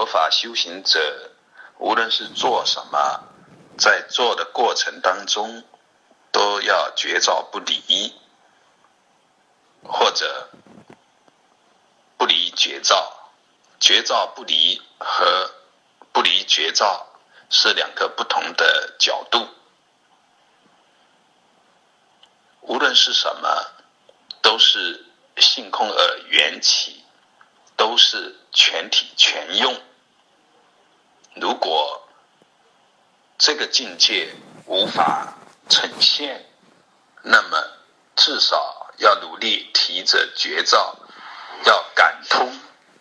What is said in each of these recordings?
佛法修行者无论是做什么，在做的过程当中都要觉照不离，或者不离觉照。觉照不离和不离觉照是两个不同的角度。无论是什么，都是性空而缘起，都是全体全用。如果这个境界无法呈现，那么至少要努力提着觉照，要感通，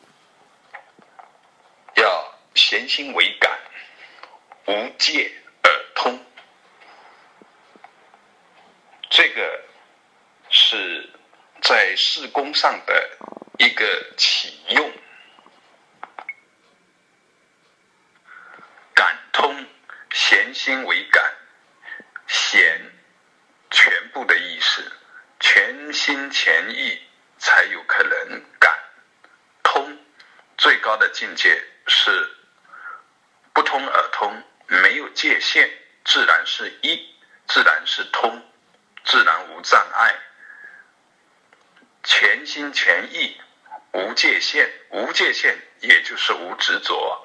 要闲心为感，无界而通。这个是在事工上的一个启用。感通，闲心为感，闲全部的意识，全心全意才有可能感通。最高的境界是不通而通，没有界限，自然是一，自然是通，自然无障碍，全心全意，无界限。无界限也就是无执着。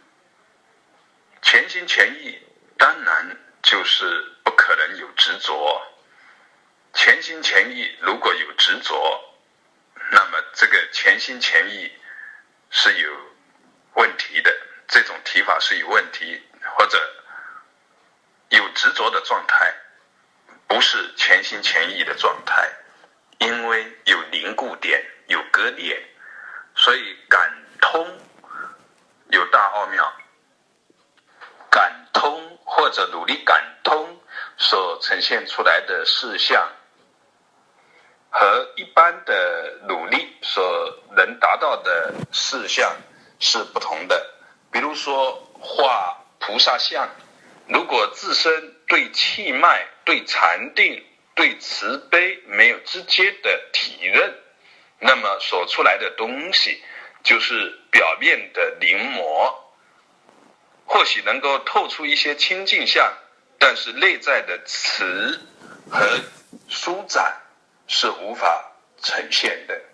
全心全意当然就是不可能有执着。全心全意如果有执着，那么这个全心全意是有问题的，这种提法是有问题，或者有执着的状态不是全心全意的状态，因为有凝固点，有割裂，所以感通有大奥妙。感通或者努力感通所呈现出来的事项，和一般的努力所能达到的事项是不同的。比如说画菩萨像，如果自身对气脉、对禅定、对慈悲没有直接的体认，那么所出来的东西就是表面的临摹，或许能够透出一些清净相，但是内在的慈和舒展是无法呈现的。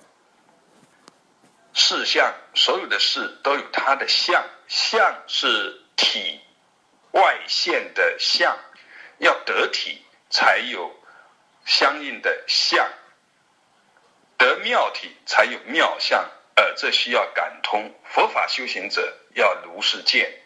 事相，所有的事都有它的相，相是体外现的相，要得体才有相应的相，得妙体才有妙相，而这需要感通。佛法修行者要如是见。